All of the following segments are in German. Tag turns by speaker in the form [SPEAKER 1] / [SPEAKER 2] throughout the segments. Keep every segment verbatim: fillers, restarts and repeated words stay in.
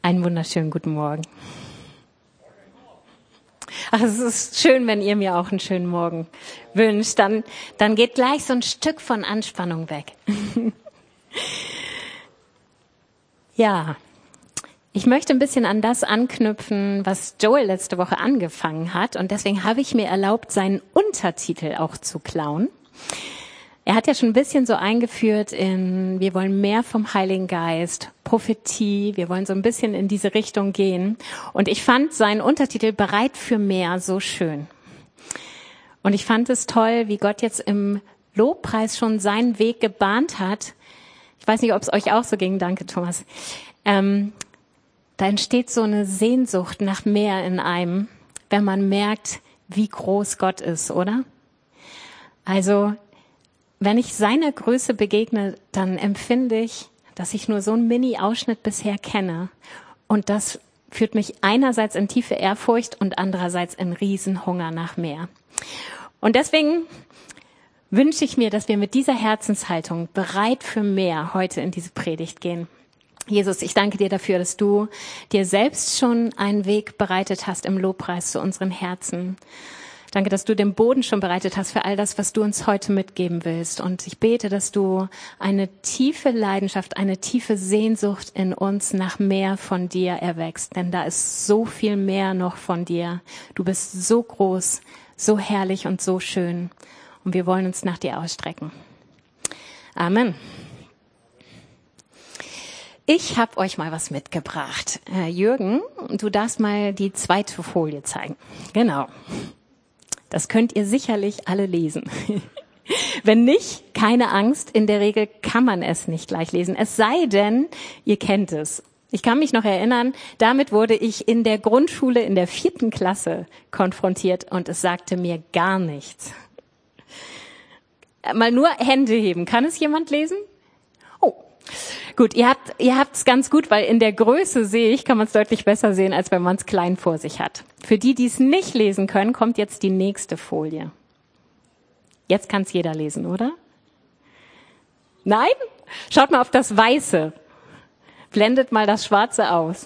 [SPEAKER 1] Einen wunderschönen guten Morgen. Ach, es ist schön, wenn ihr mir auch einen schönen Morgen wünscht. Dann, dann geht gleich so ein Stück von Anspannung weg. Ja, ich möchte ein bisschen an das anknüpfen, was Joel letzte Woche angefangen hat. Und deswegen habe ich mir erlaubt, seinen Untertitel auch zu klauen. Er hat ja schon ein bisschen so eingeführt in, wir wollen mehr vom Heiligen Geist, Prophetie, wir wollen so ein bisschen in diese Richtung gehen. Und ich fand seinen Untertitel Bereit für mehr so schön. Und ich fand es toll, wie Gott jetzt im Lobpreis schon seinen Weg gebahnt hat. Ich weiß nicht, ob es euch auch so ging. Danke, Thomas. Ähm, da entsteht so eine Sehnsucht nach mehr in einem, wenn man merkt, wie groß Gott ist, oder? Also, wenn ich seiner Größe begegne, dann empfinde ich, dass ich nur so einen Mini-Ausschnitt bisher kenne. Und das führt mich einerseits in tiefe Ehrfurcht und andererseits in Riesenhunger nach mehr. Und deswegen wünsche ich mir, dass wir mit dieser Herzenshaltung bereit für mehr heute in diese Predigt gehen. Jesus, ich danke dir dafür, dass du dir selbst schon einen Weg bereitet hast im Lobpreis zu unseren Herzen. Danke, dass du den Boden schon bereitet hast für all das, was du uns heute mitgeben willst. Und ich bete, dass du eine tiefe Leidenschaft, eine tiefe Sehnsucht in uns nach mehr von dir erwächst. Denn da ist so viel mehr noch von dir. Du bist so groß, so herrlich und so schön. Und wir wollen uns nach dir ausstrecken. Amen. Ich habe euch mal was mitgebracht. Äh, Jürgen, du darfst mal die zweite Folie zeigen. Genau. Das könnt ihr sicherlich alle lesen. Wenn nicht, keine Angst, in der Regel kann man es nicht gleich lesen. Es sei denn, ihr kennt es. Ich kann mich noch erinnern, damit wurde ich in der Grundschule in der vierten Klasse konfrontiert und es sagte mir gar nichts. Mal nur Hände heben. Kann es jemand lesen? Oh, gut, ihr habt ihr habt's ganz gut, weil in der Größe sehe ich, kann man es deutlich besser sehen, als wenn man es klein vor sich hat. Für die, die es nicht lesen können, kommt jetzt die nächste Folie. Jetzt kann es jeder lesen, oder? Nein? Schaut mal auf das Weiße. Blendet mal das Schwarze aus.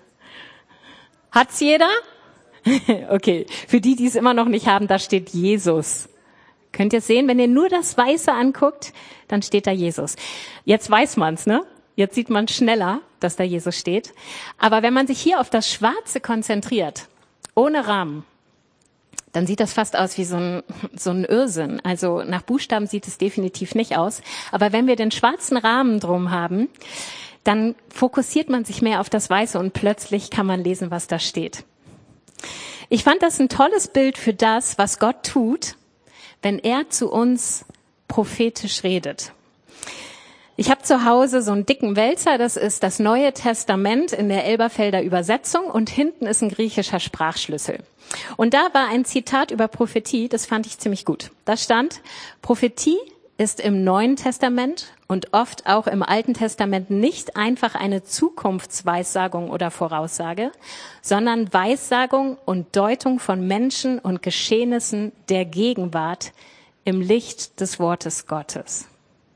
[SPEAKER 1] Hat's jeder? Okay, für die, die es immer noch nicht haben, da steht Jesus. Könnt ihr es sehen? Wenn ihr nur das Weiße anguckt, dann steht da Jesus. Jetzt weiß man's, ne? Jetzt sieht man schneller, dass da Jesus steht. Aber wenn man sich hier auf das Schwarze konzentriert, ohne Rahmen, dann sieht das fast aus wie so ein, so ein Irrsinn. Also nach Buchstaben sieht es definitiv nicht aus. Aber wenn wir den schwarzen Rahmen drum haben, dann fokussiert man sich mehr auf das Weiße und plötzlich kann man lesen, was da steht. Ich fand das ein tolles Bild für das, was Gott tut, wenn er zu uns prophetisch redet. Ich habe zu Hause so einen dicken Wälzer, das ist das Neue Testament in der Elberfelder Übersetzung und hinten ist ein griechischer Sprachschlüssel. Und da war ein Zitat über Prophetie, das fand ich ziemlich gut. Da stand, Prophetie ist im Neuen Testament und oft auch im Alten Testament nicht einfach eine Zukunftsweissagung oder Voraussage, sondern Weissagung und Deutung von Menschen und Geschehnissen der Gegenwart im Licht des Wortes Gottes.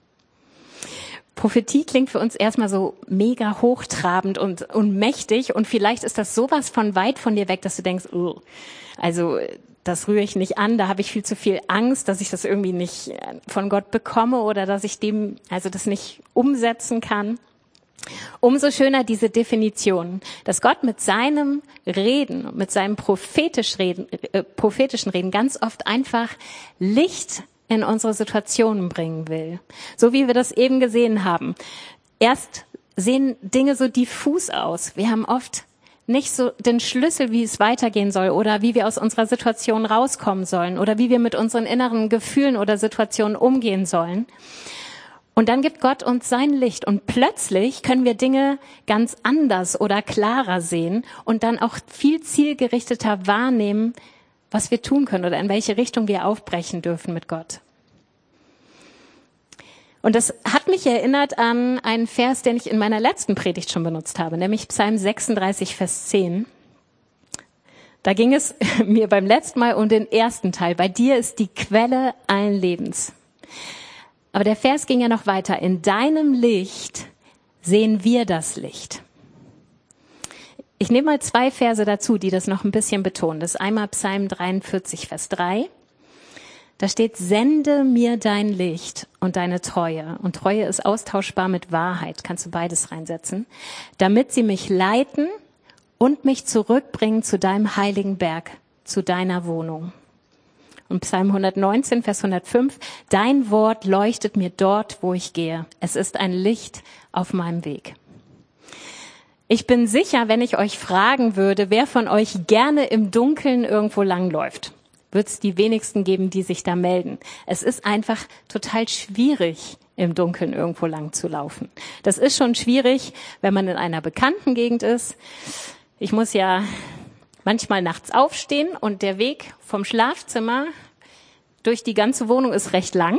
[SPEAKER 1] Prophetie klingt für uns erstmal so mega hochtrabend und, und mächtig und vielleicht ist das sowas von weit von dir weg, dass du denkst, oh, also das rühre ich nicht an, da habe ich viel zu viel Angst, dass ich das irgendwie nicht von Gott bekomme oder dass ich dem, also das nicht umsetzen kann. Umso schöner diese Definition, dass Gott mit seinem Reden, mit seinem prophetisch Reden, äh, prophetischen Reden ganz oft einfach Licht in unsere Situationen bringen will. So wie wir das eben gesehen haben. Erst sehen Dinge so diffus aus. Wir haben oft nicht so den Schlüssel, wie es weitergehen soll oder wie wir aus unserer Situation rauskommen sollen oder wie wir mit unseren inneren Gefühlen oder Situationen umgehen sollen. Und dann gibt Gott uns sein Licht und plötzlich können wir Dinge ganz anders oder klarer sehen und dann auch viel zielgerichteter wahrnehmen, was wir tun können oder in welche Richtung wir aufbrechen dürfen mit Gott. Und das hat mich erinnert an einen Vers, den ich in meiner letzten Predigt schon benutzt habe, nämlich Psalm sechsunddreißig, Vers zehn. Da ging es mir beim letzten Mal um den ersten Teil. Bei dir ist die Quelle allen Lebens. Aber der Vers ging ja noch weiter. In deinem Licht sehen wir das Licht. Ich nehme mal zwei Verse dazu, die das noch ein bisschen betonen. Das ist einmal Psalm dreiundvierzig, Vers drei. Da steht, sende mir dein Licht und deine Treue. Und Treue ist austauschbar mit Wahrheit. Kannst du beides reinsetzen. Damit sie mich leiten und mich zurückbringen zu deinem heiligen Berg, zu deiner Wohnung. Und Psalm hundertneunzehn, Vers hundertfünf. Dein Wort leuchtet mir dort, wo ich gehe. Es ist ein Licht auf meinem Weg. Ich bin sicher, wenn ich euch fragen würde, wer von euch gerne im Dunkeln irgendwo langläuft, wird es die wenigsten geben, die sich da melden. Es ist einfach total schwierig, im Dunkeln irgendwo lang zu laufen. Das ist schon schwierig, wenn man in einer bekannten Gegend ist. Ich muss ja manchmal nachts aufstehen und der Weg vom Schlafzimmer durch die ganze Wohnung ist recht lang.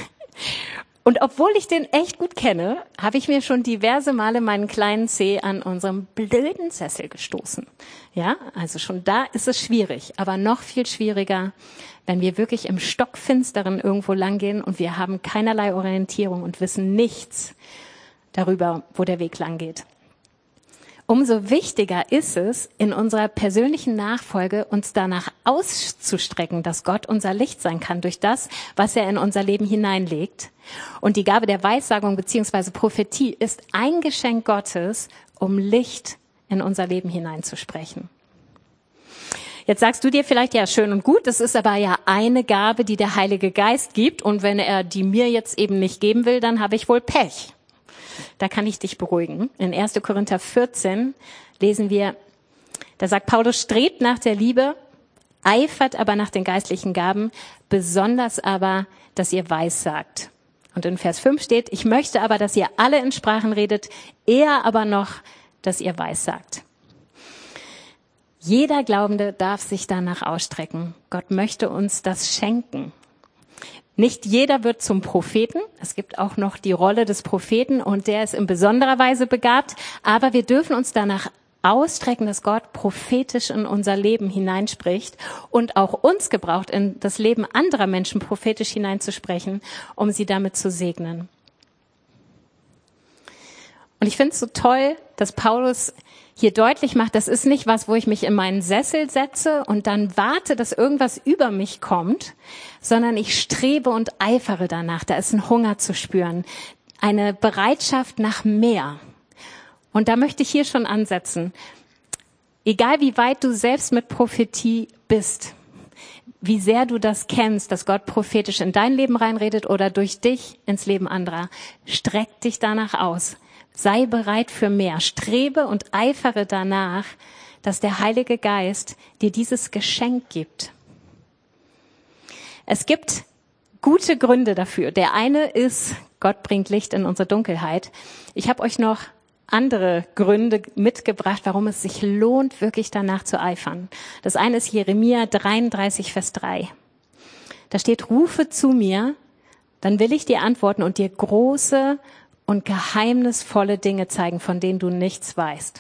[SPEAKER 1] Und obwohl ich den echt gut kenne, habe ich mir schon diverse Male meinen kleinen Zeh an unserem blöden Sessel gestoßen. Ja, also schon da ist es schwierig, aber noch viel schwieriger, wenn wir wirklich im Stockfinsteren irgendwo langgehen und wir haben keinerlei Orientierung und wissen nichts darüber, wo der Weg lang geht. Umso wichtiger ist es, in unserer persönlichen Nachfolge uns danach auszustrecken, dass Gott unser Licht sein kann durch das, was er in unser Leben hineinlegt. Und die Gabe der Weissagung bzw. Prophetie ist ein Geschenk Gottes, um Licht in unser Leben hineinzusprechen. Jetzt sagst du dir vielleicht, ja, schön und gut, das ist aber ja eine Gabe, die der Heilige Geist gibt. Und wenn er die mir jetzt eben nicht geben will, dann habe ich wohl Pech. Da kann ich dich beruhigen. In erster Korinther vierzehn lesen wir, da sagt Paulus, strebt nach der Liebe, eifert aber nach den geistlichen Gaben, besonders aber, dass ihr weissagt. Und in Vers fünf steht, ich möchte aber, dass ihr alle in Sprachen redet, eher aber noch, dass ihr weissagt. Jeder Glaubende darf sich danach ausstrecken. Gott möchte uns das schenken. Nicht jeder wird zum Propheten. Es gibt auch noch die Rolle des Propheten und der ist in besonderer Weise begabt. Aber wir dürfen uns danach ausstrecken, dass Gott prophetisch in unser Leben hineinspricht und auch uns gebraucht, in das Leben anderer Menschen prophetisch hineinzusprechen, um sie damit zu segnen. Und ich finde es so toll, dass Paulus hier deutlich macht, das ist nicht was, wo ich mich in meinen Sessel setze und dann warte, dass irgendwas über mich kommt, sondern ich strebe und eifere danach. Da ist ein Hunger zu spüren, eine Bereitschaft nach mehr. Und da möchte ich hier schon ansetzen. Egal wie weit du selbst mit Prophetie bist, wie sehr du das kennst, dass Gott prophetisch in dein Leben reinredet oder durch dich ins Leben anderer, streck dich danach aus. Sei bereit für mehr. Strebe und eifere danach, dass der Heilige Geist dir dieses Geschenk gibt. Es gibt gute Gründe dafür. Der eine ist, Gott bringt Licht in unsere Dunkelheit. Ich habe euch noch andere Gründe mitgebracht, warum es sich lohnt, wirklich danach zu eifern. Das eine ist Jeremia dreiunddreißig, Vers drei. Da steht, rufe zu mir, dann will ich dir antworten und dir große und geheimnisvolle Dinge zeigen, von denen du nichts weißt.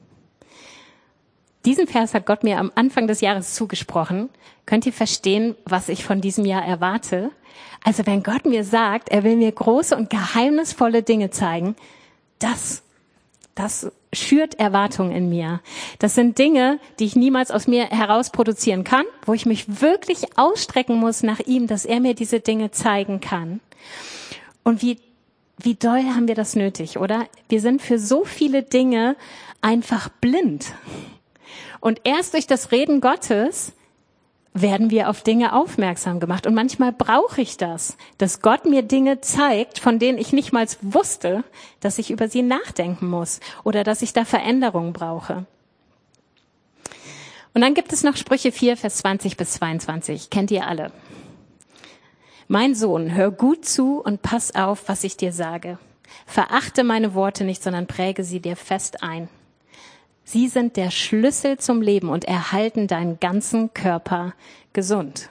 [SPEAKER 1] Diesen Vers hat Gott mir am Anfang des Jahres zugesprochen. Könnt ihr verstehen, was ich von diesem Jahr erwarte? Also wenn Gott mir sagt, er will mir große und geheimnisvolle Dinge zeigen, das, das schürt Erwartungen in mir. Das sind Dinge, die ich niemals aus mir heraus produzieren kann, wo ich mich wirklich ausstrecken muss nach ihm, dass er mir diese Dinge zeigen kann. Und wie Wie doll haben wir das nötig, oder? Wir sind für so viele Dinge einfach blind. Und erst durch das Reden Gottes werden wir auf Dinge aufmerksam gemacht. Und manchmal brauche ich das, dass Gott mir Dinge zeigt, von denen ich nicht mal wusste, dass ich über sie nachdenken muss oder dass ich da Veränderungen brauche. Und dann gibt es noch Sprüche vier, Vers zwanzig bis zweiundzwanzig. Kennt ihr alle? Mein Sohn, hör gut zu und pass auf, was ich dir sage. Verachte meine Worte nicht, sondern präge sie dir fest ein. Sie sind der Schlüssel zum Leben und erhalten deinen ganzen Körper gesund.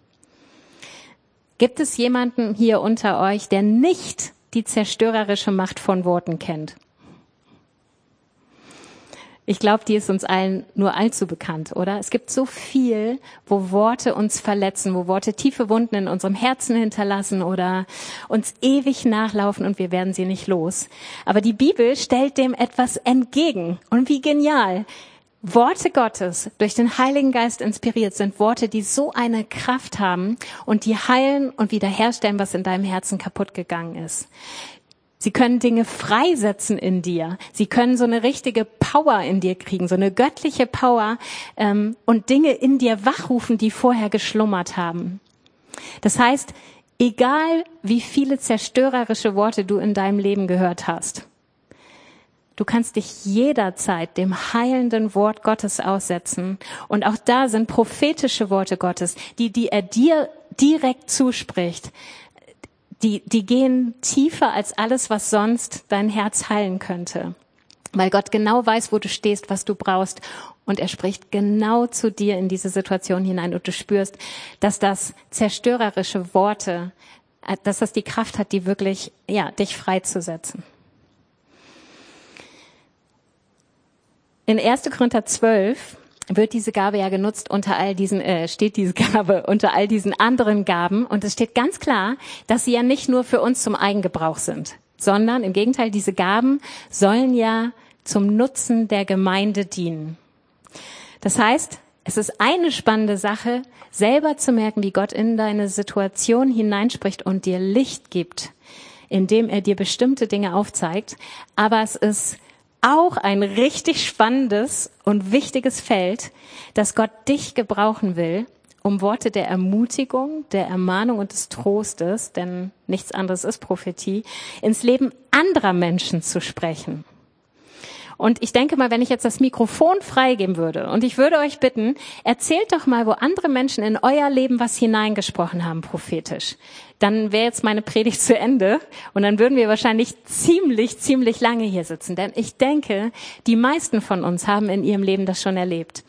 [SPEAKER 1] Gibt es jemanden hier unter euch, der nicht die zerstörerische Macht von Worten kennt? Ich glaube, die ist uns allen nur allzu bekannt, oder? Es gibt so viel, wo Worte uns verletzen, wo Worte tiefe Wunden in unserem Herzen hinterlassen oder uns ewig nachlaufen und wir werden sie nicht los. Aber die Bibel stellt dem etwas entgegen. Und wie genial. Worte Gottes, durch den Heiligen Geist inspiriert, sind Worte, die so eine Kraft haben und die heilen und wiederherstellen, was in deinem Herzen kaputt gegangen ist. Sie können Dinge freisetzen in dir. Sie können so eine richtige Power in dir kriegen, so eine göttliche Power ähm, und Dinge in dir wachrufen, die vorher geschlummert haben. Das heißt, egal wie viele zerstörerische Worte du in deinem Leben gehört hast, du kannst dich jederzeit dem heilenden Wort Gottes aussetzen. Und auch da sind prophetische Worte Gottes, die, die er dir direkt zuspricht. Die, die gehen tiefer als alles, was sonst dein Herz heilen könnte. Weil Gott genau weiß, wo du stehst, was du brauchst. Und er spricht genau zu dir in diese Situation hinein. Und du spürst, dass das zerstörerische Worte, dass das die Kraft hat, die wirklich, ja, dich freizusetzen. In erster Korinther zwölf wird diese Gabe ja genutzt unter all diesen, äh, steht diese Gabe unter all diesen anderen Gaben. Und es steht ganz klar, dass sie ja nicht nur für uns zum Eigengebrauch sind, sondern im Gegenteil, diese Gaben sollen ja zum Nutzen der Gemeinde dienen. Das heißt, es ist eine spannende Sache, selber zu merken, wie Gott in deine Situation hineinspricht und dir Licht gibt, indem er dir bestimmte Dinge aufzeigt. Aber es ist auch ein richtig spannendes und wichtiges Feld, dass Gott dich gebrauchen will, um Worte der Ermutigung, der Ermahnung und des Trostes, denn nichts anderes ist Prophetie, ins Leben anderer Menschen zu sprechen. Und ich denke mal, wenn ich jetzt das Mikrofon freigeben würde und ich würde euch bitten, erzählt doch mal, wo andere Menschen in euer Leben was hineingesprochen haben, prophetisch. Dann wäre jetzt meine Predigt zu Ende und dann würden wir wahrscheinlich ziemlich, ziemlich lange hier sitzen. Denn ich denke, die meisten von uns haben in ihrem Leben das schon erlebt.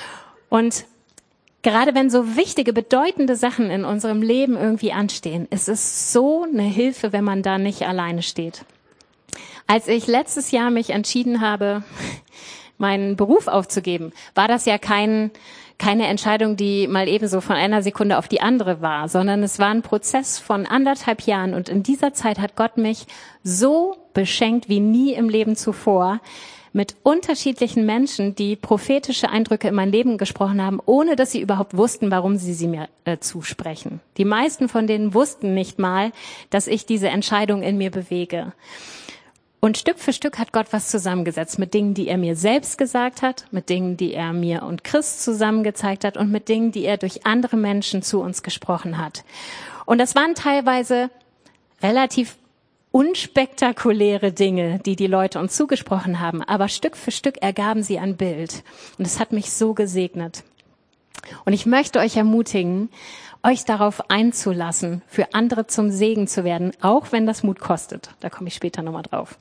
[SPEAKER 1] Und gerade wenn so wichtige, bedeutende Sachen in unserem Leben irgendwie anstehen, ist es so eine Hilfe, wenn man da nicht alleine steht. Als ich letztes Jahr mich entschieden habe, meinen Beruf aufzugeben, war das ja kein, keine Entscheidung, die mal ebenso von einer Sekunde auf die andere war, sondern es war ein Prozess von anderthalb Jahren. Und in dieser Zeit hat Gott mich so beschenkt wie nie im Leben zuvor mit unterschiedlichen Menschen, die prophetische Eindrücke in mein Leben gesprochen haben, ohne dass sie überhaupt wussten, warum sie sie mir äh, zusprechen. Die meisten von denen wussten nicht mal, dass ich diese Entscheidung in mir bewege. Und Stück für Stück hat Gott was zusammengesetzt mit Dingen, die er mir selbst gesagt hat, mit Dingen, die er mir und Chris zusammen gezeigt hat und mit Dingen, die er durch andere Menschen zu uns gesprochen hat. Und das waren teilweise relativ unspektakuläre Dinge, die die Leute uns zugesprochen haben, aber Stück für Stück ergaben sie ein Bild. Und es hat mich so gesegnet. Und ich möchte euch ermutigen, euch darauf einzulassen, für andere zum Segen zu werden, auch wenn das Mut kostet. Da komme ich später nochmal drauf.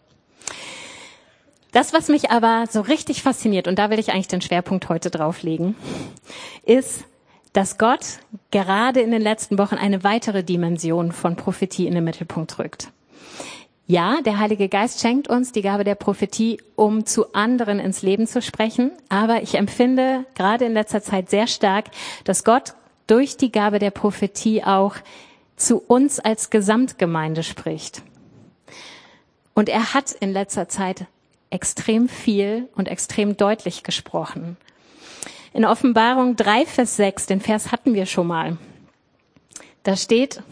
[SPEAKER 1] Das, was mich aber so richtig fasziniert, und da will ich eigentlich den Schwerpunkt heute drauflegen, ist, dass Gott gerade in den letzten Wochen eine weitere Dimension von Prophetie in den Mittelpunkt rückt. Ja, der Heilige Geist schenkt uns die Gabe der Prophetie, um zu anderen ins Leben zu sprechen. Aber ich empfinde gerade in letzter Zeit sehr stark, dass Gott durch die Gabe der Prophetie auch zu uns als Gesamtgemeinde spricht. Und er hat in letzter Zeit extrem viel und extrem deutlich gesprochen. In Offenbarung drei, Vers sechs, den Vers hatten wir schon mal. Da steht,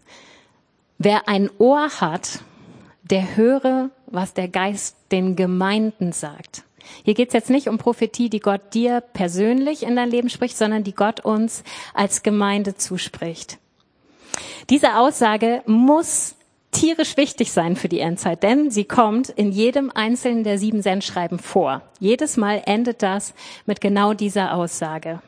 [SPEAKER 1] wer ein Ohr hat, der höre, was der Geist den Gemeinden sagt. Hier geht es jetzt nicht um Prophetie, die Gott dir persönlich in dein Leben spricht, sondern die Gott uns als Gemeinde zuspricht. Diese Aussage muss tierisch wichtig sein für die Endzeit, denn sie kommt in jedem einzelnen der sieben Sendschreiben vor. Jedes Mal endet das mit genau dieser Aussage.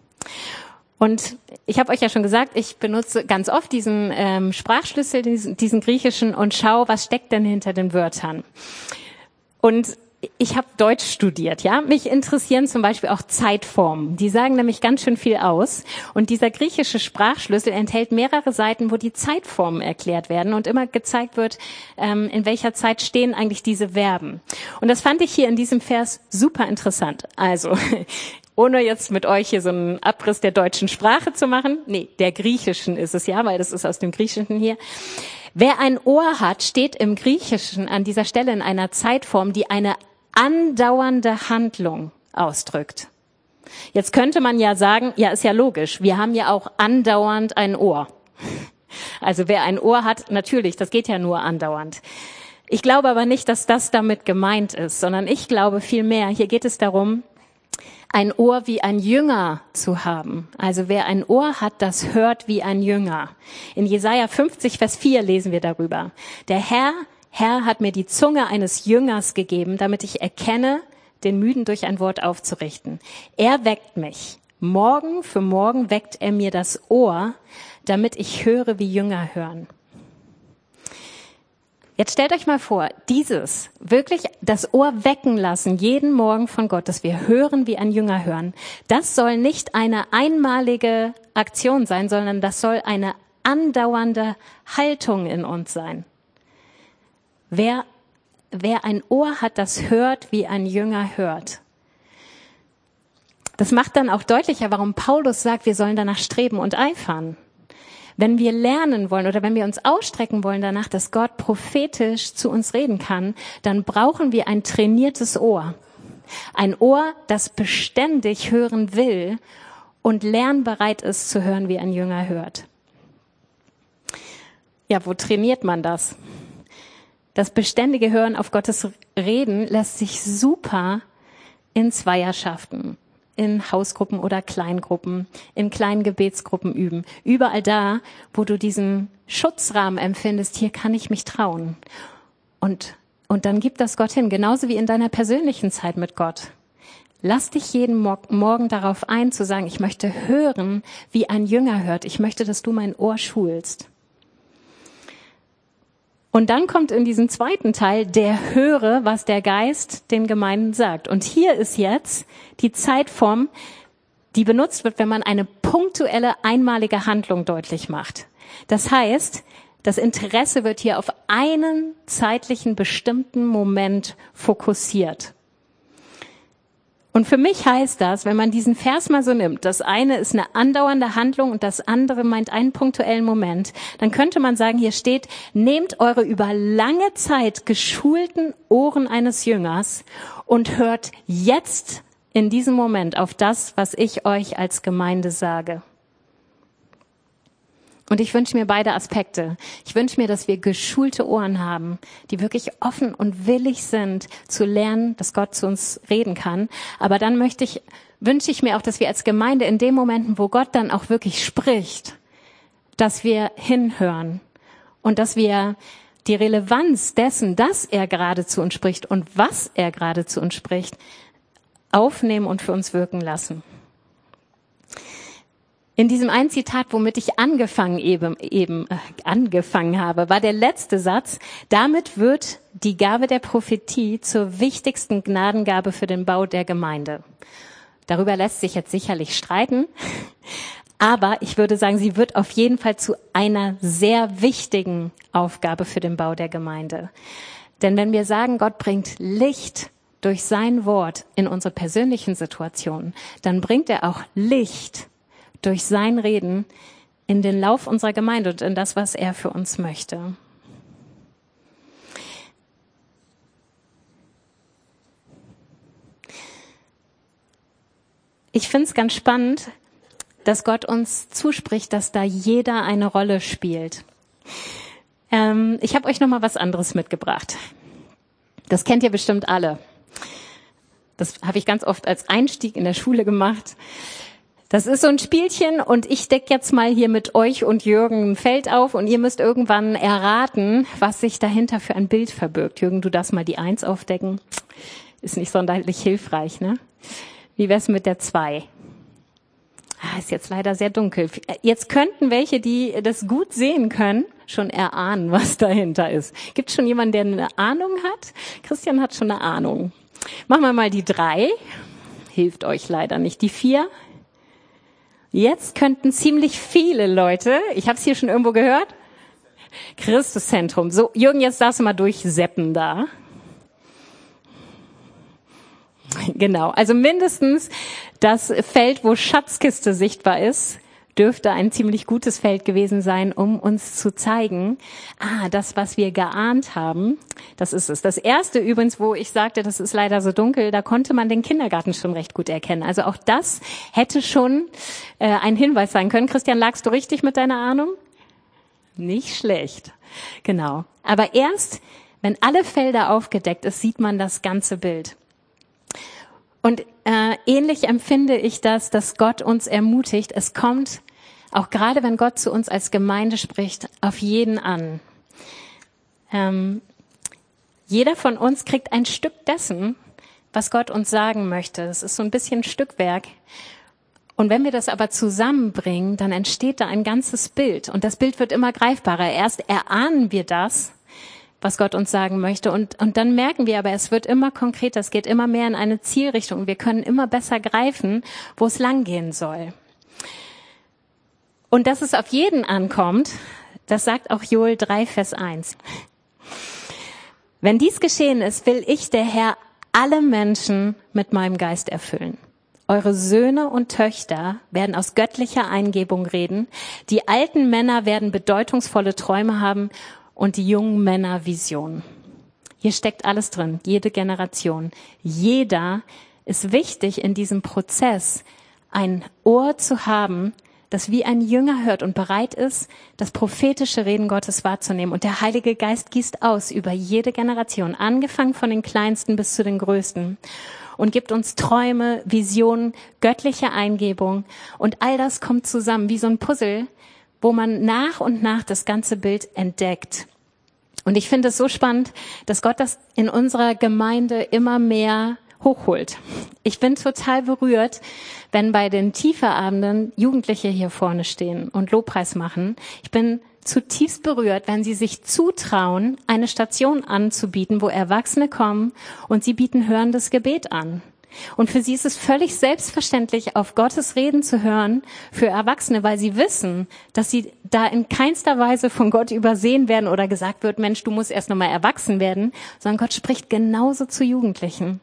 [SPEAKER 1] Und ich habe euch ja schon gesagt, ich benutze ganz oft diesen ähm, Sprachschlüssel, diesen, diesen griechischen, und schaue, was steckt denn hinter den Wörtern. Und ich habe Deutsch studiert, ja. Mich interessieren zum Beispiel auch Zeitformen. Die sagen nämlich ganz schön viel aus. Und dieser griechische Sprachschlüssel enthält mehrere Seiten, wo die Zeitformen erklärt werden und immer gezeigt wird, ähm, in welcher Zeit stehen eigentlich diese Verben. Und das fand ich hier in diesem Vers super interessant. Also, ohne jetzt mit euch hier so einen Abriss der deutschen Sprache zu machen. Nee, der griechischen ist es ja, weil das ist aus dem Griechischen hier. Wer ein Ohr hat, steht im Griechischen an dieser Stelle in einer Zeitform, die eine andauernde Handlung ausdrückt. Jetzt könnte man ja sagen, ja, ist ja logisch, wir haben ja auch andauernd ein Ohr. Also wer ein Ohr hat, natürlich, das geht ja nur andauernd. Ich glaube aber nicht, dass das damit gemeint ist, sondern ich glaube vielmehr, hier geht es darum, ein Ohr wie ein Jünger zu haben. Also wer ein Ohr hat, das hört wie ein Jünger. In Jesaja fünfzig, Vers vier lesen wir darüber. Der Herr, Herr hat mir die Zunge eines Jüngers gegeben, damit ich erkenne, den Müden durch ein Wort aufzurichten. Er weckt mich. Morgen für morgen weckt er mir das Ohr, damit ich höre, wie Jünger hören. Jetzt stellt euch mal vor, dieses, wirklich das Ohr wecken lassen, jeden Morgen von Gott, dass wir hören, wie ein Jünger hören, das soll nicht eine einmalige Aktion sein, sondern das soll eine andauernde Haltung in uns sein. Wer, wer ein Ohr hat, das hört, wie ein Jünger hört. Das macht dann auch deutlicher, warum Paulus sagt, wir sollen danach streben und eifern. Wenn wir lernen wollen oder wenn wir uns ausstrecken wollen danach, dass Gott prophetisch zu uns reden kann, dann brauchen wir ein trainiertes Ohr. Ein Ohr, das beständig hören will und lernbereit ist zu hören, wie ein Jünger hört. Ja, wo trainiert man das? Das beständige Hören auf Gottes Reden lässt sich super in Zweierschaften, in Hausgruppen oder Kleingruppen, in kleinen Gebetsgruppen üben. Überall da, wo du diesen Schutzrahmen empfindest, hier kann ich mich trauen. Und, und dann gib das Gott hin, genauso wie in deiner persönlichen Zeit mit Gott. Lass dich jeden Morgen darauf ein, zu sagen, ich möchte hören, wie ein Jünger hört. Ich möchte, dass du mein Ohr schulst. Und dann kommt in diesem zweiten Teil, der höre, was der Geist den Gemeinden sagt. Und hier ist jetzt die Zeitform, die benutzt wird, wenn man eine punktuelle, einmalige Handlung deutlich macht. Das heißt, das Interesse wird hier auf einen zeitlichen bestimmten Moment fokussiert. Und für mich heißt das, wenn man diesen Vers mal so nimmt, das eine ist eine andauernde Handlung und das andere meint einen punktuellen Moment, dann könnte man sagen, hier steht, nehmt eure über lange Zeit geschulten Ohren eines Jüngers und hört jetzt in diesem Moment auf das, was ich euch als Gemeinde sage. Und ich wünsche mir beide Aspekte. Ich wünsche mir, dass wir geschulte Ohren haben, die wirklich offen und willig sind, zu lernen, dass Gott zu uns reden kann. Aber dann möchte ich, wünsche ich mir auch, dass wir als Gemeinde in den Momenten, wo Gott dann auch wirklich spricht, dass wir hinhören und dass wir die Relevanz dessen, dass er gerade zu uns spricht und was er gerade zu uns spricht, aufnehmen und für uns wirken lassen. In diesem einen Zitat, womit ich angefangen eben, eben äh, angefangen habe, war der letzte Satz, damit wird die Gabe der Prophetie zur wichtigsten Gnadengabe für den Bau der Gemeinde. Darüber lässt sich jetzt sicherlich streiten, aber ich würde sagen, sie wird auf jeden Fall zu einer sehr wichtigen Aufgabe für den Bau der Gemeinde. Denn wenn wir sagen, Gott bringt Licht durch sein Wort in unsere persönlichen Situationen, dann bringt er auch Licht durch sein Reden in den Lauf unserer Gemeinde und in das, was er für uns möchte. Ich finde es ganz spannend, dass Gott uns zuspricht, dass da jeder eine Rolle spielt. Ähm, ich habe euch noch mal was anderes mitgebracht. Das kennt ihr bestimmt alle. Das habe ich ganz oft als Einstieg in der Schule gemacht. Das ist so ein Spielchen und ich decke jetzt mal hier mit euch und Jürgen ein Feld auf und ihr müsst irgendwann erraten, was sich dahinter für ein Bild verbirgt. Jürgen, du darfst mal die Eins aufdecken. Ist nicht sonderlich hilfreich, ne? Wie wär's mit der Zwei? Ah, ist jetzt leider sehr dunkel. Jetzt könnten welche, die das gut sehen können, schon erahnen, was dahinter ist. Gibt es schon jemanden, der eine Ahnung hat? Christian hat schon eine Ahnung. Machen wir mal die Drei. Hilft euch leider nicht. Die Vier. Jetzt könnten ziemlich viele Leute, ich habe es hier schon irgendwo gehört, Christuszentrum. So, Jürgen, jetzt darfst du mal durchseppen da. Genau, also mindestens das Feld, wo Schatzkiste sichtbar ist, dürfte ein ziemlich gutes Feld gewesen sein, um uns zu zeigen, ah, das, was wir geahnt haben, das ist es. Das erste übrigens, wo ich sagte, das ist leider so dunkel, da konnte man den Kindergarten schon recht gut erkennen. Also auch das hätte schon äh, ein Hinweis sein können. Christian, lagst du richtig mit deiner Ahnung? Nicht schlecht. Genau. Aber erst, wenn alle Felder aufgedeckt ist, sieht man das ganze Bild. Und äh, ähnlich empfinde ich das, dass Gott uns ermutigt. Es kommt, auch gerade wenn Gott zu uns als Gemeinde spricht, auf jeden an. Ähm, jeder von uns kriegt ein Stück dessen, was Gott uns sagen möchte. Das ist so ein bisschen Stückwerk. Und wenn wir das aber zusammenbringen, dann entsteht da ein ganzes Bild. Und das Bild wird immer greifbarer. Erst erahnen wir das, was Gott uns sagen möchte. Und, und dann merken wir aber, es wird immer konkreter, es geht immer mehr in eine Zielrichtung. Und wir können immer besser greifen, wo es langgehen soll. Und dass es auf jeden ankommt, das sagt auch Joel drei, Vers eins. Wenn dies geschehen ist, will ich, der Herr, alle Menschen mit meinem Geist erfüllen. Eure Söhne und Töchter werden aus göttlicher Eingebung reden. Die alten Männer werden bedeutungsvolle Träume haben und die jungen Männer Visionen. Hier steckt alles drin, jede Generation. Jeder ist wichtig in diesem Prozess, ein Ohr zu haben, das wie ein Jünger hört und bereit ist, das prophetische Reden Gottes wahrzunehmen. Und der Heilige Geist gießt aus über jede Generation, angefangen von den Kleinsten bis zu den Größten. Und gibt uns Träume, Visionen, göttliche Eingebung. Und all das kommt zusammen wie so ein Puzzle, wo man nach und nach das ganze Bild entdeckt. Und ich finde es so spannend, dass Gott das in unserer Gemeinde immer mehr hochholt. Ich bin total berührt, wenn bei den Tieferabenden Jugendliche hier vorne stehen und Lobpreis machen. Ich bin zutiefst berührt, wenn sie sich zutrauen, eine Station anzubieten, wo Erwachsene kommen und sie bieten hörendes Gebet an. Und für sie ist es völlig selbstverständlich, auf Gottes Reden zu hören für Erwachsene, weil sie wissen, dass sie da in keinster Weise von Gott übersehen werden oder gesagt wird, Mensch, du musst erst nochmal erwachsen werden, sondern Gott spricht genauso zu Jugendlichen.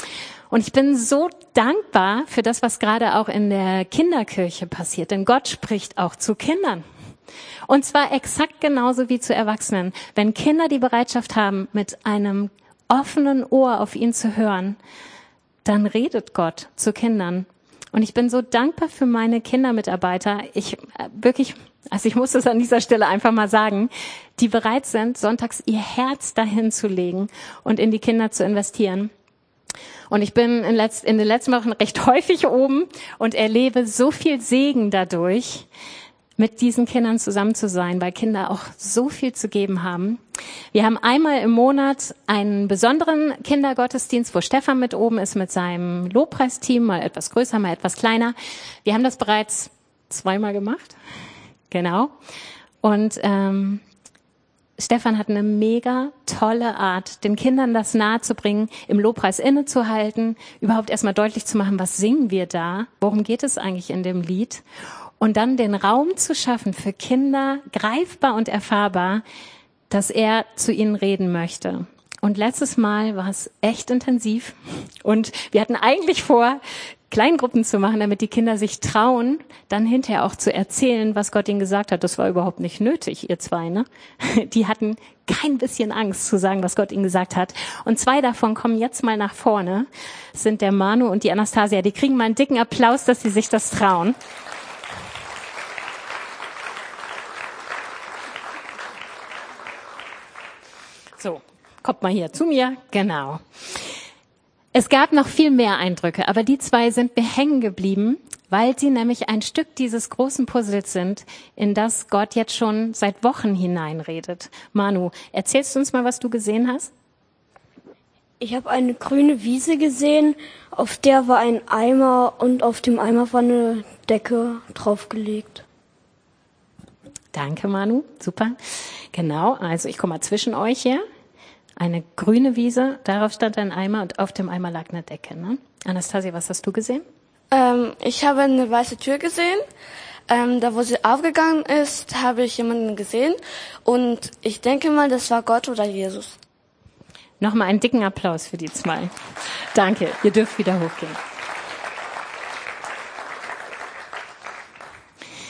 [SPEAKER 1] Und ich bin so dankbar für das, was gerade auch in der Kinderkirche passiert, denn Gott spricht auch zu Kindern. Und zwar exakt genauso wie zu Erwachsenen. Wenn Kinder die Bereitschaft haben, mit einem offenen Ohr auf ihn zu hören, dann redet Gott zu Kindern. Und ich bin so dankbar für meine Kindermitarbeiter. Ich wirklich, also ich muss das an dieser Stelle einfach mal sagen, die bereit sind, sonntags ihr Herz dahin zu legen und in die Kinder zu investieren. Und ich bin in, letzt, in den letzten Wochen recht häufig oben und erlebe so viel Segen dadurch, mit diesen Kindern zusammen zu sein, weil Kinder auch so viel zu geben haben. Wir haben einmal im Monat einen besonderen Kindergottesdienst, wo Stefan mit oben ist mit seinem Lobpreisteam, mal etwas größer, mal etwas kleiner. Wir haben das bereits zweimal gemacht. Genau. Und ähm, Stefan hat eine mega tolle Art, den Kindern das nahezubringen, im Lobpreis innezuhalten, überhaupt erstmal deutlich zu machen, was singen wir da, worum geht es eigentlich in dem Lied, und dann den Raum zu schaffen für Kinder, greifbar und erfahrbar, dass er zu ihnen reden möchte. Und letztes Mal war es echt intensiv und wir hatten eigentlich vor, Kleingruppen zu machen, damit die Kinder sich trauen, dann hinterher auch zu erzählen, was Gott ihnen gesagt hat. Das war überhaupt nicht nötig, ihr zwei, ne? Die hatten kein bisschen Angst zu sagen, was Gott ihnen gesagt hat. Und zwei davon kommen jetzt mal nach vorne. Das sind der Manu und die Anastasia. Die kriegen mal einen dicken Applaus, dass sie sich das trauen. So, kommt mal hier zu mir. Genau. Es gab noch viel mehr Eindrücke, aber die zwei sind mir hängen geblieben, weil sie nämlich ein Stück dieses großen Puzzles sind, in das Gott jetzt schon seit Wochen hineinredet. Manu, erzählst du uns mal, was du gesehen hast?
[SPEAKER 2] Ich habe eine grüne Wiese gesehen, auf der war ein Eimer und auf dem Eimer war eine Decke draufgelegt.
[SPEAKER 1] Danke, Manu. Super. Genau, also ich komme mal zwischen euch her. Eine grüne Wiese, darauf stand ein Eimer und auf dem Eimer lag eine Decke. Ne? Anastasia, was hast du gesehen?
[SPEAKER 3] Ähm, ich habe eine weiße Tür gesehen. Ähm, da, wo sie aufgegangen ist, habe ich jemanden gesehen. Und ich denke mal, das war Gott oder Jesus.
[SPEAKER 1] Nochmal einen dicken Applaus für die zwei. Danke, ihr dürft wieder hochgehen.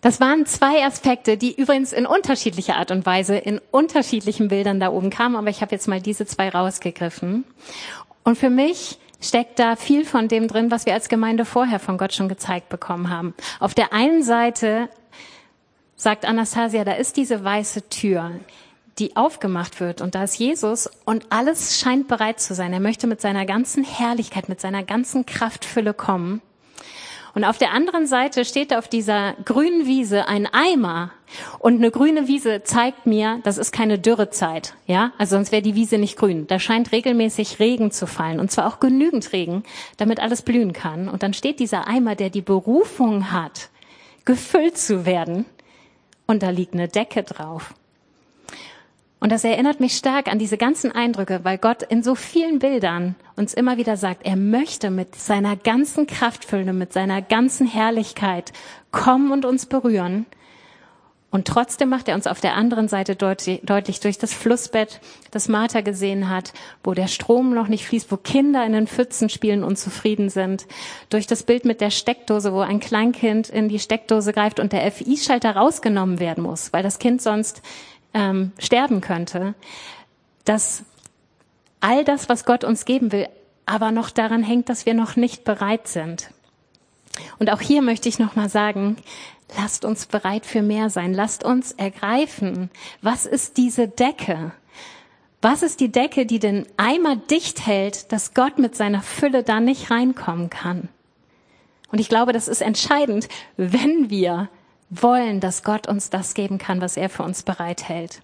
[SPEAKER 1] Das waren zwei Aspekte, die übrigens in unterschiedlicher Art und Weise in unterschiedlichen Bildern da oben kamen, aber ich habe jetzt mal diese zwei rausgegriffen. Und für mich steckt da viel von dem drin, was wir als Gemeinde vorher von Gott schon gezeigt bekommen haben. Auf der einen Seite sagt Anastasia, da ist diese weiße Tür, die aufgemacht wird und da ist Jesus und alles scheint bereit zu sein. Er möchte mit seiner ganzen Herrlichkeit, mit seiner ganzen Kraftfülle kommen. Und auf der anderen Seite steht auf dieser grünen Wiese ein Eimer. Und eine grüne Wiese zeigt mir, das ist keine Dürrezeit, ja? Also sonst wäre die Wiese nicht grün. Da scheint regelmäßig Regen zu fallen. Und zwar auch genügend Regen, damit alles blühen kann. Und dann steht dieser Eimer, der die Berufung hat, gefüllt zu werden. Und da liegt eine Decke drauf. Und das erinnert mich stark an diese ganzen Eindrücke, weil Gott in so vielen Bildern uns immer wieder sagt, er möchte mit seiner ganzen Kraftfülle, mit seiner ganzen Herrlichkeit kommen und uns berühren. Und trotzdem macht er uns auf der anderen Seite deutlich, deutlich durch das Flussbett, das Martha gesehen hat, wo der Strom noch nicht fließt, wo Kinder in den Pfützen spielen und zufrieden sind. Durch das Bild mit der Steckdose, wo ein Kleinkind in die Steckdose greift und der F I-Schalter rausgenommen werden muss, weil das Kind sonst Ähm, sterben könnte, dass all das, was Gott uns geben will, aber noch daran hängt, dass wir noch nicht bereit sind. Und auch hier möchte ich noch mal sagen, lasst uns bereit für mehr sein, lasst uns ergreifen. Was ist diese Decke? Was ist die Decke, die den Eimer dicht hält, dass Gott mit seiner Fülle da nicht reinkommen kann? Und ich glaube, das ist entscheidend, wenn wir wollen, dass Gott uns das geben kann, was er für uns bereithält.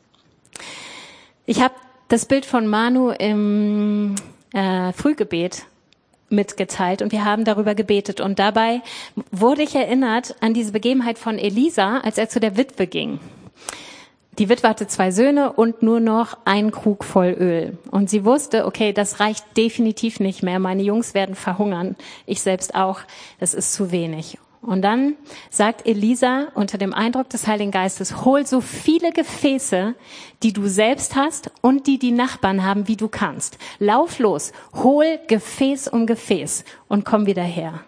[SPEAKER 1] Ich habe das Bild von Manu im äh, Frühgebet mitgeteilt und wir haben darüber gebetet. Und dabei wurde ich erinnert an diese Begebenheit von Elisa, als er zu der Witwe ging. Die Witwe hatte zwei Söhne und nur noch einen Krug voll Öl. Und sie wusste, okay, das reicht definitiv nicht mehr. Meine Jungs werden verhungern. Ich selbst auch. Das ist zu wenig. Und dann sagt Elisa unter dem Eindruck des Heiligen Geistes, hol so viele Gefäße, die du selbst hast und die die Nachbarn haben, wie du kannst. Lauf los, hol Gefäß um Gefäß und komm wieder her.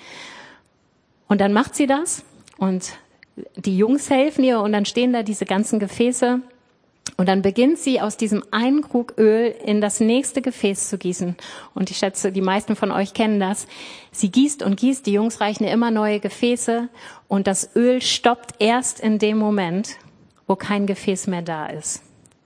[SPEAKER 1] Und dann macht sie das und die Jungs helfen ihr und dann stehen da diese ganzen Gefäße. Und dann beginnt sie aus diesem einen Krug Öl in das nächste Gefäß zu gießen. Und ich schätze, die meisten von euch kennen das. Sie gießt und gießt, die Jungs reichen ihr immer neue Gefäße und das Öl stoppt erst in dem Moment, wo kein Gefäß mehr da ist.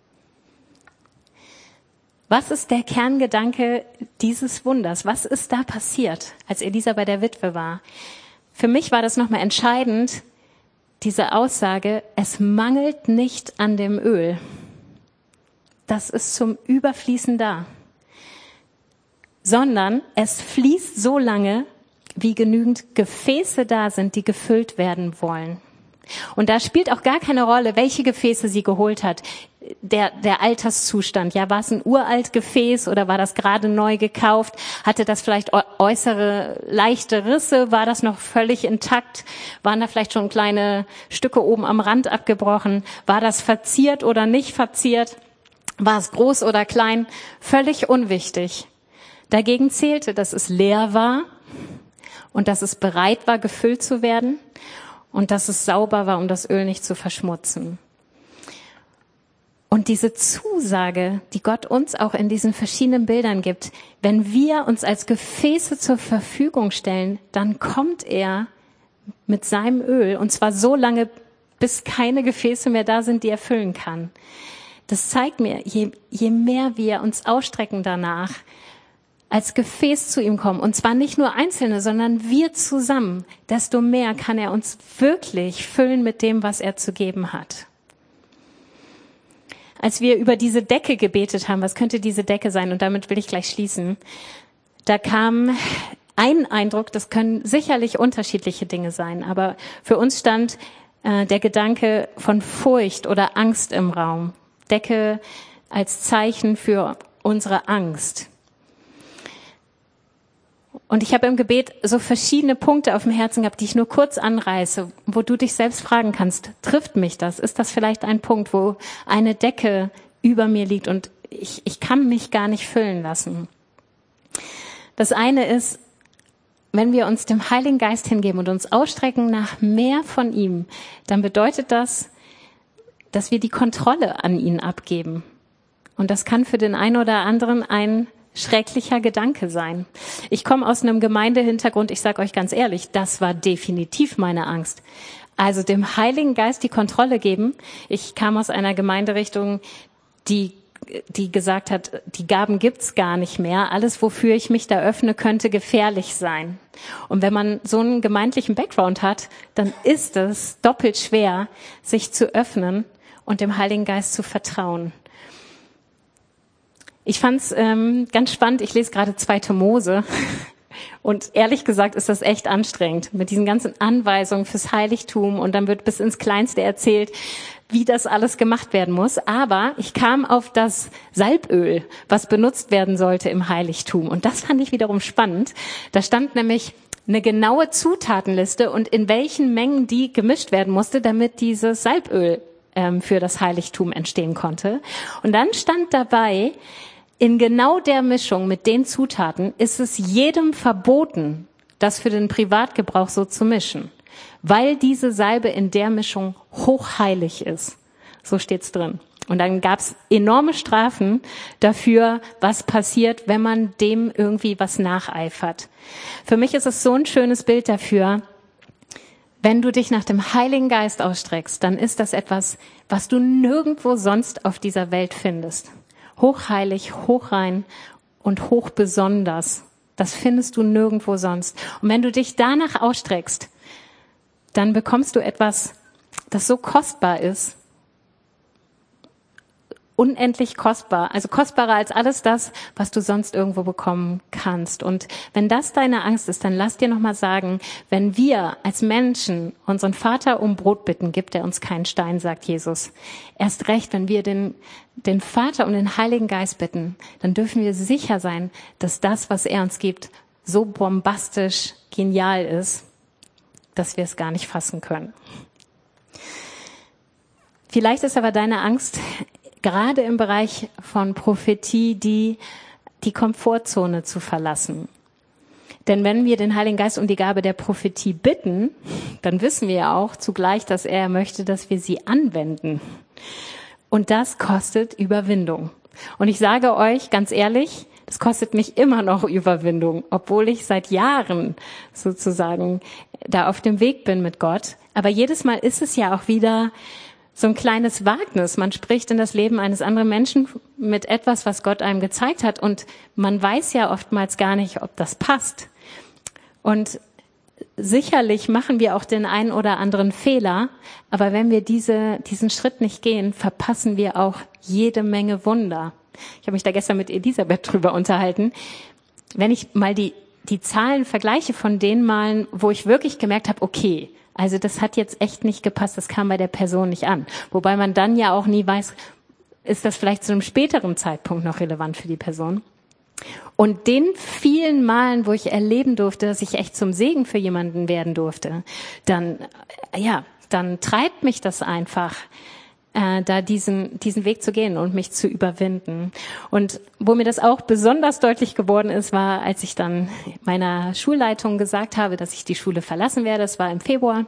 [SPEAKER 1] Was ist der Kerngedanke dieses Wunders? Was ist da passiert, als Elisa bei der Witwe war? Für mich war das nochmal entscheidend, diese Aussage, es mangelt nicht an dem Öl. Das ist zum Überfließen da. Sondern es fließt so lange, wie genügend Gefäße da sind, die gefüllt werden wollen. Und da spielt auch gar keine Rolle, welche Gefäße sie geholt hat. Der, der Alterszustand, ja, war es ein uralt Gefäß oder war das gerade neu gekauft? Hatte das vielleicht äußere leichte Risse? War das noch völlig intakt? Waren da vielleicht schon kleine Stücke oben am Rand abgebrochen? War das verziert oder nicht verziert? War es groß oder klein? Völlig unwichtig. Dagegen zählte, dass es leer war und dass es bereit war, gefüllt zu werden und dass es sauber war, um das Öl nicht zu verschmutzen. Und diese Zusage, die Gott uns auch in diesen verschiedenen Bildern gibt, wenn wir uns als Gefäße zur Verfügung stellen, dann kommt er mit seinem Öl, und zwar so lange, bis keine Gefäße mehr da sind, die er füllen kann. Das zeigt mir, je, je mehr wir uns ausstrecken danach, als Gefäß zu ihm kommen, und zwar nicht nur Einzelne, sondern wir zusammen, desto mehr kann er uns wirklich füllen mit dem, was er zu geben hat. Als wir über diese Decke gebetet haben, was könnte diese Decke sein? Und damit will ich gleich schließen. Da kam ein Eindruck, das können sicherlich unterschiedliche Dinge sein, aber für uns stand äh, der Gedanke von Furcht oder Angst im Raum. Decke als Zeichen für unsere Angst. Und ich habe im Gebet so verschiedene Punkte auf dem Herzen gehabt, die ich nur kurz anreiße, wo du dich selbst fragen kannst, trifft mich das? Ist das vielleicht ein Punkt, wo eine Decke über mir liegt und ich, ich kann mich gar nicht füllen lassen? Das eine ist, wenn wir uns dem Heiligen Geist hingeben und uns ausstrecken nach mehr von ihm, dann bedeutet das, dass wir die Kontrolle an ihn abgeben. Und das kann für den einen oder anderen ein schrecklicher Gedanke sein. Ich komme aus einem Gemeindehintergrund, ich sage euch ganz ehrlich, das war definitiv meine Angst. Also dem Heiligen Geist die Kontrolle geben. Ich kam aus einer Gemeinderichtung, die die gesagt hat, die Gaben gibt's gar nicht mehr. Alles, wofür ich mich da öffne, könnte gefährlich sein. Und wenn man so einen gemeindlichen Background hat, dann ist es doppelt schwer, sich zu öffnen und dem Heiligen Geist zu vertrauen. Ich fand's ähm, ganz spannend. Ich lese gerade zweite Mose. Und ehrlich gesagt ist das echt anstrengend mit diesen ganzen Anweisungen fürs Heiligtum. Und dann wird bis ins Kleinste erzählt, wie das alles gemacht werden muss. Aber ich kam auf das Salböl, was benutzt werden sollte im Heiligtum. Und das fand ich wiederum spannend. Da stand nämlich eine genaue Zutatenliste und in welchen Mengen die gemischt werden musste, damit dieses Salböl ähm, für das Heiligtum entstehen konnte. Und dann stand dabei, in genau der Mischung mit den Zutaten ist es jedem verboten, das für den Privatgebrauch so zu mischen, weil diese Salbe in der Mischung hochheilig ist. So steht's drin. Und dann gab's enorme Strafen dafür, was passiert, wenn man dem irgendwie was nacheifert. Für mich ist es so ein schönes Bild dafür, wenn du dich nach dem Heiligen Geist ausstreckst, dann ist das etwas, was du nirgendwo sonst auf dieser Welt findest. Hochheilig, hochrein und hochbesonders. Das findest du nirgendwo sonst. Und wenn du dich danach ausstreckst, dann bekommst du etwas, das so kostbar ist, unendlich kostbar, also kostbarer als alles das, was du sonst irgendwo bekommen kannst. Und wenn das deine Angst ist, dann lass dir nochmal sagen, wenn wir als Menschen unseren Vater um Brot bitten, gibt er uns keinen Stein, sagt Jesus. Erst recht, wenn wir den, den Vater um den Heiligen Geist bitten, dann dürfen wir sicher sein, dass das, was er uns gibt, so bombastisch genial ist, dass wir es gar nicht fassen können. Vielleicht ist aber deine Angst gerade im Bereich von Prophetie, die, die Komfortzone zu verlassen. Denn wenn wir den Heiligen Geist um die Gabe der Prophetie bitten, dann wissen wir ja auch zugleich, dass er möchte, dass wir sie anwenden. Und das kostet Überwindung. Und ich sage euch ganz ehrlich, das kostet mich immer noch Überwindung, obwohl ich seit Jahren sozusagen da auf dem Weg bin mit Gott. Aber jedes Mal ist es ja auch wieder so ein kleines Wagnis. Man spricht in das Leben eines anderen Menschen mit etwas, was Gott einem gezeigt hat. Und man weiß ja oftmals gar nicht, ob das passt. Und sicherlich machen wir auch den einen oder anderen Fehler. Aber wenn wir diese, diesen Schritt nicht gehen, verpassen wir auch jede Menge Wunder. Ich habe mich da gestern mit Elisabeth drüber unterhalten. Wenn ich mal die, die Zahlen vergleiche von den Malen, wo ich wirklich gemerkt habe, okay, also das hat jetzt echt nicht gepasst, das kam bei der Person nicht an. Wobei man dann ja auch nie weiß, ist das vielleicht zu einem späteren Zeitpunkt noch relevant für die Person. Und den vielen Malen, wo ich erleben durfte, dass ich echt zum Segen für jemanden werden durfte, dann, ja, dann treibt mich das einfach, äh, da diesen, diesen Weg zu gehen und mich zu überwinden. Und wo mir das auch besonders deutlich geworden ist, war, als ich dann meiner Schulleitung gesagt habe, dass ich die Schule verlassen werde. Das war im Februar.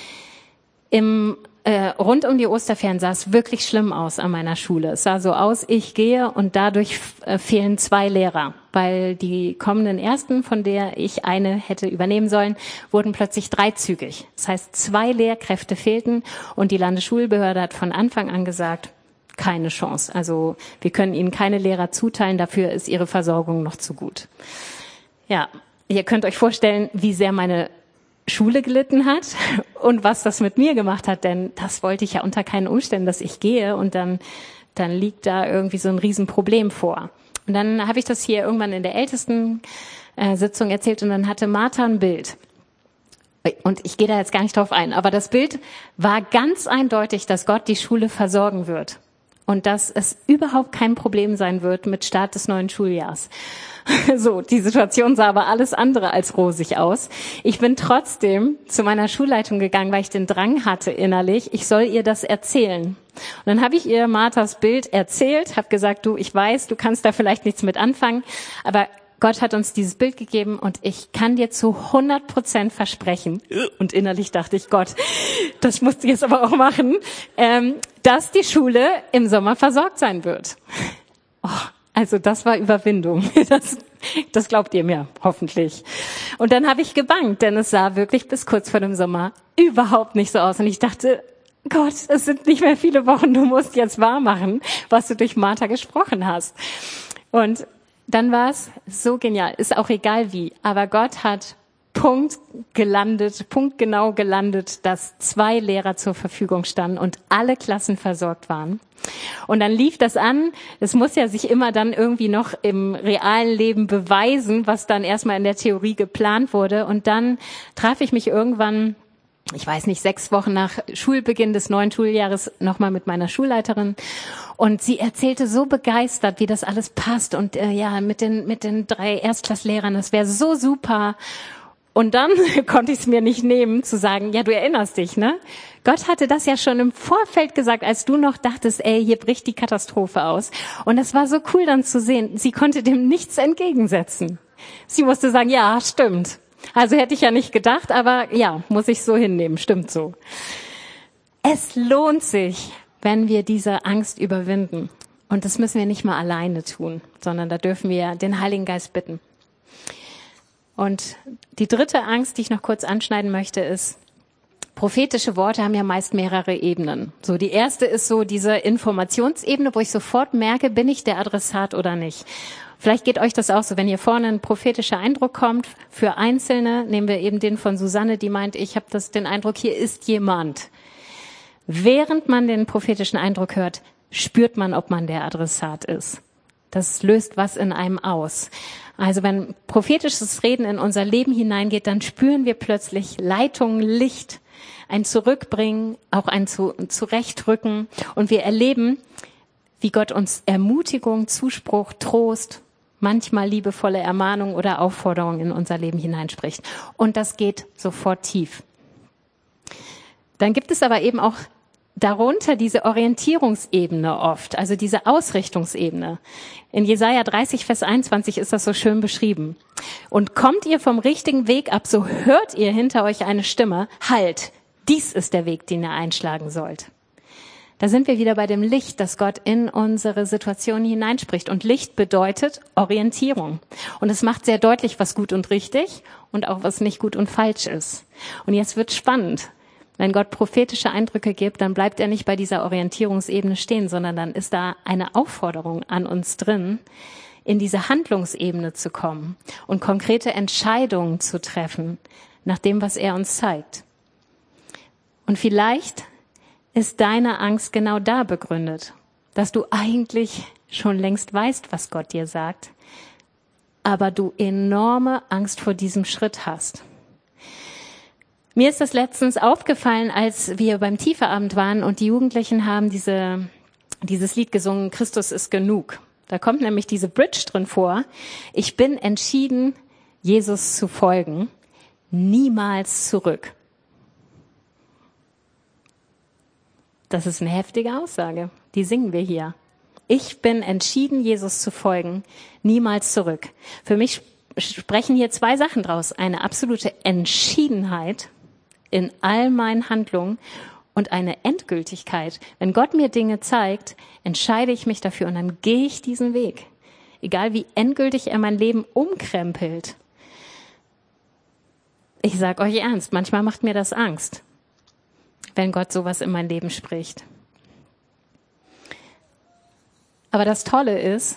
[SPEAKER 1] Im äh, rund um die Osterferien sah es wirklich schlimm aus an meiner Schule. Es sah so aus, ich gehe und dadurch äh, fehlen zwei Lehrer, weil die kommenden Ersten, von der ich eine hätte übernehmen sollen, wurden plötzlich dreizügig. Das heißt, zwei Lehrkräfte fehlten und die Landesschulbehörde hat von Anfang an gesagt, keine Chance. Also wir können Ihnen keine Lehrer zuteilen, dafür ist Ihre Versorgung noch zu gut. Ja, ihr könnt euch vorstellen, wie sehr meine Schule gelitten hat und was das mit mir gemacht hat, denn das wollte ich ja unter keinen Umständen, dass ich gehe und dann, dann liegt da irgendwie so ein Riesenproblem vor. Und dann habe ich das hier irgendwann in der ältesten äh, Sitzung erzählt und dann hatte Martha ein Bild. Und ich gehe da jetzt gar nicht drauf ein, aber das Bild war ganz eindeutig, dass Gott die Schule versorgen wird und dass es überhaupt kein Problem sein wird mit Start des neuen Schuljahrs. So, die Situation sah aber alles andere als rosig aus. Ich bin trotzdem zu meiner Schulleitung gegangen, weil ich den Drang hatte innerlich, ich soll ihr das erzählen. Und dann habe ich ihr Marthas Bild erzählt, habe gesagt, du, ich weiß, du kannst da vielleicht nichts mit anfangen, aber Gott hat uns dieses Bild gegeben und ich kann dir zu hundert Prozent versprechen, und innerlich dachte ich, Gott, das musst du jetzt aber auch machen, ähm, dass die Schule im Sommer versorgt sein wird. Oh, also das war Überwindung. Das, das glaubt ihr mir, hoffentlich. Und dann habe ich gebangt, denn es sah wirklich bis kurz vor dem Sommer überhaupt nicht so aus. Und ich dachte, Gott, es sind nicht mehr viele Wochen, du musst jetzt wahr machen, was du durch Martha gesprochen hast. Und dann war es so genial, ist auch egal wie, aber Gott hat Punkt gelandet, punktgenau gelandet, dass zwei Lehrer zur Verfügung standen und alle Klassen versorgt waren. Und dann lief das an, es muss ja sich immer dann irgendwie noch im realen Leben beweisen, was dann erstmal in der Theorie geplant wurde. Und dann traf ich mich irgendwann, ich weiß nicht, sechs Wochen nach Schulbeginn des neuen Schuljahres nochmal mit meiner Schulleiterin. Und sie erzählte so begeistert, wie das alles passt. Und äh, ja, mit den mit den drei Erstklasslehrern, das wäre so super. Und dann konnte ich es mir nicht nehmen, zu sagen, ja, du erinnerst dich, ne? Gott hatte das ja schon im Vorfeld gesagt, als du noch dachtest, ey, hier bricht die Katastrophe aus. Und das war so cool dann zu sehen. Sie konnte dem nichts entgegensetzen. Sie musste sagen, ja, stimmt. Also hätte ich ja nicht gedacht, aber ja, muss ich so hinnehmen, stimmt so. Es lohnt sich, wenn wir diese Angst überwinden. Und das müssen wir nicht mal alleine tun, sondern da dürfen wir den Heiligen Geist bitten. Und die dritte Angst, die ich noch kurz anschneiden möchte, ist, prophetische Worte haben ja meist mehrere Ebenen. So, die erste ist so diese Informationsebene, wo ich sofort merke, bin ich der Adressat oder nicht. Vielleicht geht euch das auch so, wenn hier vorne ein prophetischer Eindruck kommt, für Einzelne, nehmen wir eben den von Susanne, die meint, ich habe das den Eindruck, hier ist jemand. Während man den prophetischen Eindruck hört, spürt man, ob man der Adressat ist. Das löst was in einem aus. Also wenn prophetisches Reden in unser Leben hineingeht, dann spüren wir plötzlich Leitung, Licht, ein Zurückbringen, auch ein Zurechtrücken. Und wir erleben, wie Gott uns Ermutigung, Zuspruch, Trost, manchmal liebevolle Ermahnung oder Aufforderung in unser Leben hineinspricht. Und das geht sofort tief. Dann gibt es aber eben auch darunter diese Orientierungsebene oft, also diese Ausrichtungsebene. In Jesaja dreißig, Vers einundzwanzig ist das so schön beschrieben. Und kommt ihr vom richtigen Weg ab, so hört ihr hinter euch eine Stimme, halt, dies ist der Weg, den ihr einschlagen sollt. Da sind wir wieder bei dem Licht, das Gott in unsere Situation hineinspricht. Und Licht bedeutet Orientierung. Und es macht sehr deutlich, was gut und richtig und auch was nicht gut und falsch ist. Und jetzt wird spannend. Wenn Gott prophetische Eindrücke gibt, dann bleibt er nicht bei dieser Orientierungsebene stehen, sondern dann ist da eine Aufforderung an uns drin, in diese Handlungsebene zu kommen und konkrete Entscheidungen zu treffen, nach dem, was er uns zeigt. Und vielleicht ist deine Angst genau da begründet, dass du eigentlich schon längst weißt, was Gott dir sagt, aber du enorme Angst vor diesem Schritt hast. Mir ist das letztens aufgefallen, als wir beim Tieferabend waren und die Jugendlichen haben diese, dieses Lied gesungen, Christus ist genug. Da kommt nämlich diese Bridge drin vor. Ich bin entschieden, Jesus zu folgen, niemals zurück. Das ist eine heftige Aussage. Die singen wir hier. Ich bin entschieden, Jesus zu folgen, niemals zurück. Für mich sprechen hier zwei Sachen draus. Eine absolute Entschiedenheit in all meinen Handlungen und eine Endgültigkeit. Wenn Gott mir Dinge zeigt, entscheide ich mich dafür und dann gehe ich diesen Weg. Egal wie endgültig er mein Leben umkrempelt. Ich sage euch ernst, manchmal macht mir das Angst, wenn Gott sowas in mein Leben spricht. Aber das Tolle ist,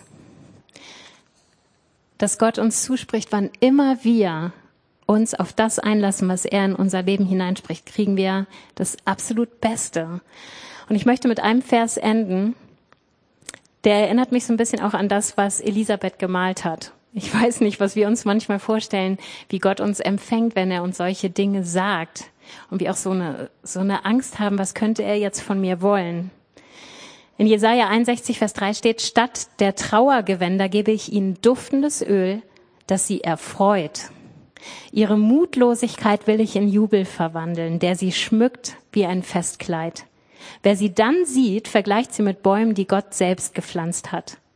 [SPEAKER 1] dass Gott uns zuspricht, wann immer wir uns auf das einlassen, was er in unser Leben hineinspricht, kriegen wir das absolut Beste. Und ich möchte mit einem Vers enden, der erinnert mich so ein bisschen auch an das, was Elisabeth gemalt hat. Ich weiß nicht, was wir uns manchmal vorstellen, wie Gott uns empfängt, wenn er uns solche Dinge sagt. Und wir auch so eine, so eine Angst haben, was könnte er jetzt von mir wollen? In Jesaja einundsechzig, Vers drei steht, statt der Trauergewänder gebe ich ihnen duftendes Öl, das sie erfreut. Ihre Mutlosigkeit will ich in Jubel verwandeln, der sie schmückt wie ein Festkleid. Wer sie dann sieht, vergleicht sie mit Bäumen, die Gott selbst gepflanzt hat.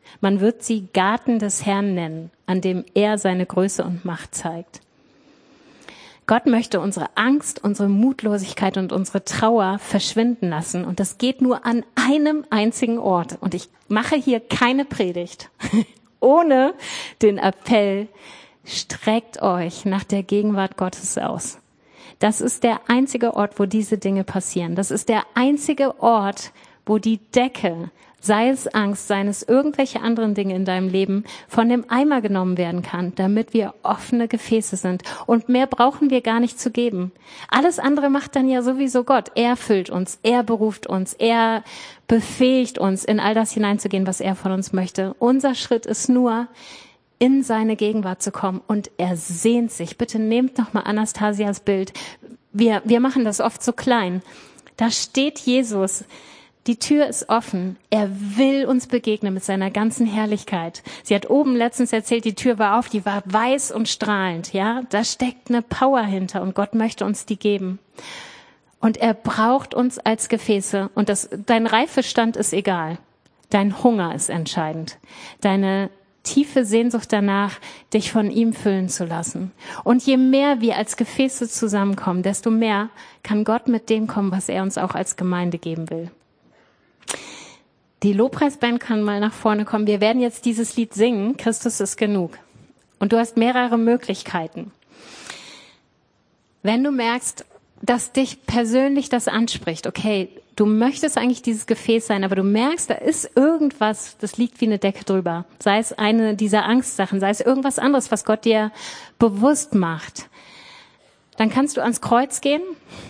[SPEAKER 1] Man wird sie Garten des Herrn nennen, an dem er seine Größe und Macht zeigt. Gott möchte unsere Angst, unsere Mutlosigkeit und unsere Trauer verschwinden lassen. Und das geht nur an einem einzigen Ort. Und ich mache hier keine Predigt ohne den Appell, streckt euch nach der Gegenwart Gottes aus. Das ist der einzige Ort, wo diese Dinge passieren. Das ist der einzige Ort, wo die Decke, sei es Angst, seien es irgendwelche anderen Dinge in deinem Leben, von dem Eimer genommen werden kann, damit wir offene Gefäße sind. Und mehr brauchen wir gar nicht zu geben. Alles andere macht dann ja sowieso Gott. Er füllt uns, er beruft uns, er befähigt uns, in all das hineinzugehen, was er von uns möchte. Unser Schritt ist nur, in seine Gegenwart zu kommen. Und er sehnt sich. Bitte nehmt nochmal Anastasias Bild. Wir, wir machen das oft so klein. Da steht Jesus. Die Tür ist offen. Er will uns begegnen mit seiner ganzen Herrlichkeit. Sie hat oben letztens erzählt, die Tür war auf, die war weiß und strahlend. Ja, da steckt eine Power hinter und Gott möchte uns die geben. Und er braucht uns als Gefäße. Und das, dein Reifestand ist egal. Dein Hunger ist entscheidend. Deine tiefe Sehnsucht danach, dich von ihm füllen zu lassen. Und je mehr wir als Gefäße zusammenkommen, desto mehr kann Gott mit dem kommen, was er uns auch als Gemeinde geben will. Die Lobpreisband kann mal nach vorne kommen. Wir werden jetzt dieses Lied singen, Christus ist genug. Und du hast mehrere Möglichkeiten. Wenn du merkst, dass dich persönlich das anspricht, okay, du möchtest eigentlich dieses Gefäß sein, aber du merkst, da ist irgendwas, das liegt wie eine Decke drüber. Sei es eine dieser Angstsachen, sei es irgendwas anderes, was Gott dir bewusst macht. Dann kannst du ans Kreuz gehen.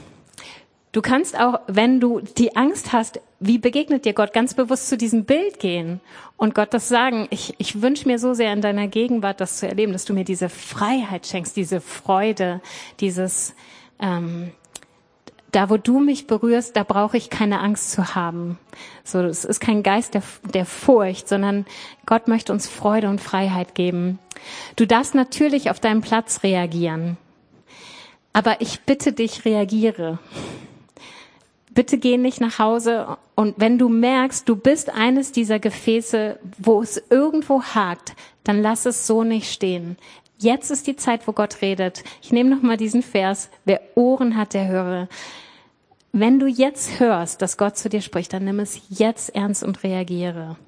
[SPEAKER 1] Du kannst auch, wenn du die Angst hast, wie begegnet dir Gott, ganz bewusst zu diesem Bild gehen und Gott das sagen, ich, ich wünsche mir so sehr in deiner Gegenwart das zu erleben, dass du mir diese Freiheit schenkst, diese Freude, dieses, ähm, da wo du mich berührst, da brauche ich keine Angst zu haben. So, es ist kein Geist der, der Furcht, sondern Gott möchte uns Freude und Freiheit geben. Du darfst natürlich auf deinem Platz reagieren, aber ich bitte dich, reagiere. Bitte geh nicht nach Hause und wenn du merkst, du bist eines dieser Gefäße, wo es irgendwo hakt, dann lass es so nicht stehen. Jetzt ist die Zeit, wo Gott redet. Ich nehme noch mal diesen Vers. Wer Ohren hat, der höre. Wenn du jetzt hörst, dass Gott zu dir spricht, dann nimm es jetzt ernst und reagiere.